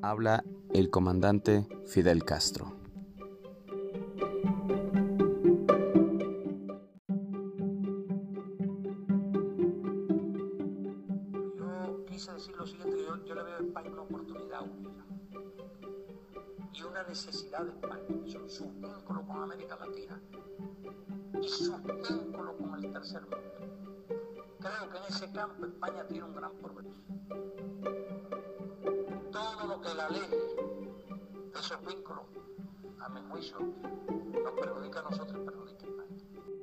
Habla el comandante Fidel Castro. Yo quise decir lo siguiente, que yo le veo a España una oportunidad única y una necesidad de España, su vínculo con América Latina y su vínculo con el tercer mundo. Creo que en ese campo España tiene un gran progreso. Todo lo que la aleje de esos vínculos, a mi juicio, nos perjudica a nosotros y perjudica a España.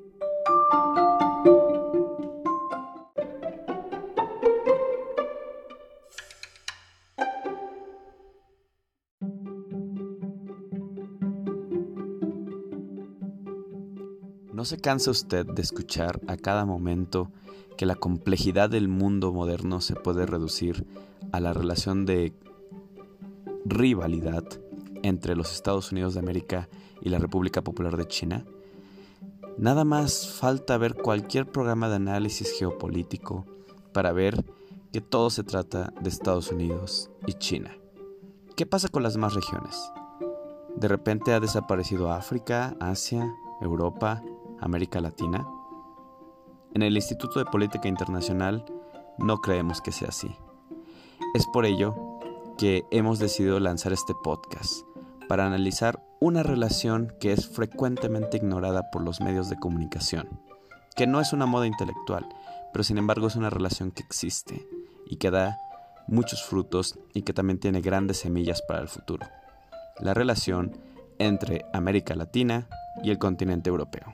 ¿No se cansa usted de escuchar a cada momento que la complejidad del mundo moderno se puede reducir a la relación de rivalidad entre los Estados Unidos de América y la República Popular de China? Nada más falta ver cualquier programa de análisis geopolítico para ver que todo se trata de Estados Unidos y China. ¿Qué pasa con las demás regiones? ¿De repente ha desaparecido África, Asia, Europa, América Latina? En el Instituto de Política Internacional no creemos que sea así. Es por ello que hemos decidido lanzar este podcast para analizar una relación que es frecuentemente ignorada por los medios de comunicación, que no es una moda intelectual, pero sin embargo es una relación que existe y que da muchos frutos y que también tiene grandes semillas para el futuro. La relación entre América Latina y el continente europeo.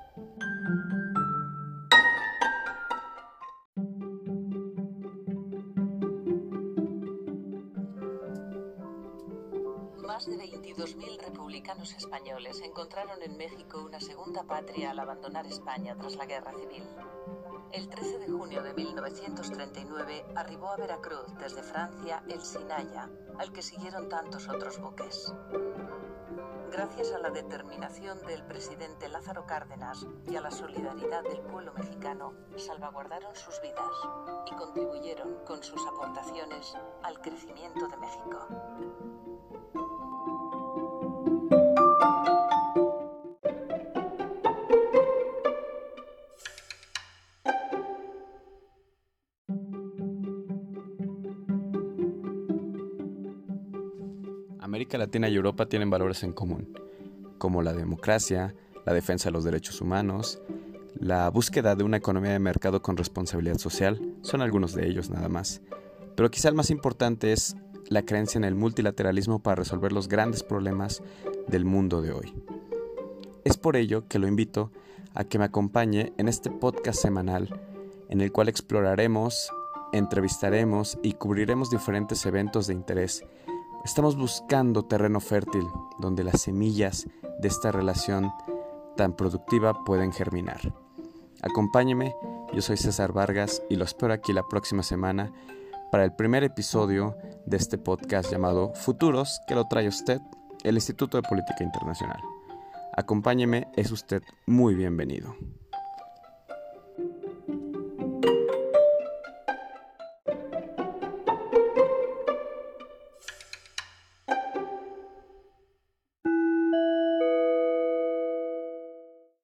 Más de 22.000 republicanos españoles encontraron en México una segunda patria al abandonar España tras la Guerra Civil. El 13 de junio de 1939 arribó a Veracruz desde Francia el Sinaya, al que siguieron tantos otros buques. Gracias a la determinación del presidente Lázaro Cárdenas y a la solidaridad del pueblo mexicano, salvaguardaron sus vidas y contribuyeron con sus aportaciones al crecimiento de México. América Latina y Europa tienen valores en común, como la democracia, la defensa de los derechos humanos, la búsqueda de una economía de mercado con responsabilidad social, son algunos de ellos nada más. Pero quizá el más importante es la creencia en el multilateralismo para resolver los grandes problemas del mundo de hoy. Es por ello que lo invito a que me acompañe en este podcast semanal en el cual exploraremos, entrevistaremos y cubriremos diferentes eventos de interés. Estamos buscando terreno fértil donde las semillas de esta relación tan productiva pueden germinar. Acompáñeme, yo soy César Vargas y lo espero aquí la próxima semana para el primer episodio de este podcast llamado Futuros, que lo trae usted, el Instituto de Política Internacional. Acompáñeme, es usted muy bienvenido.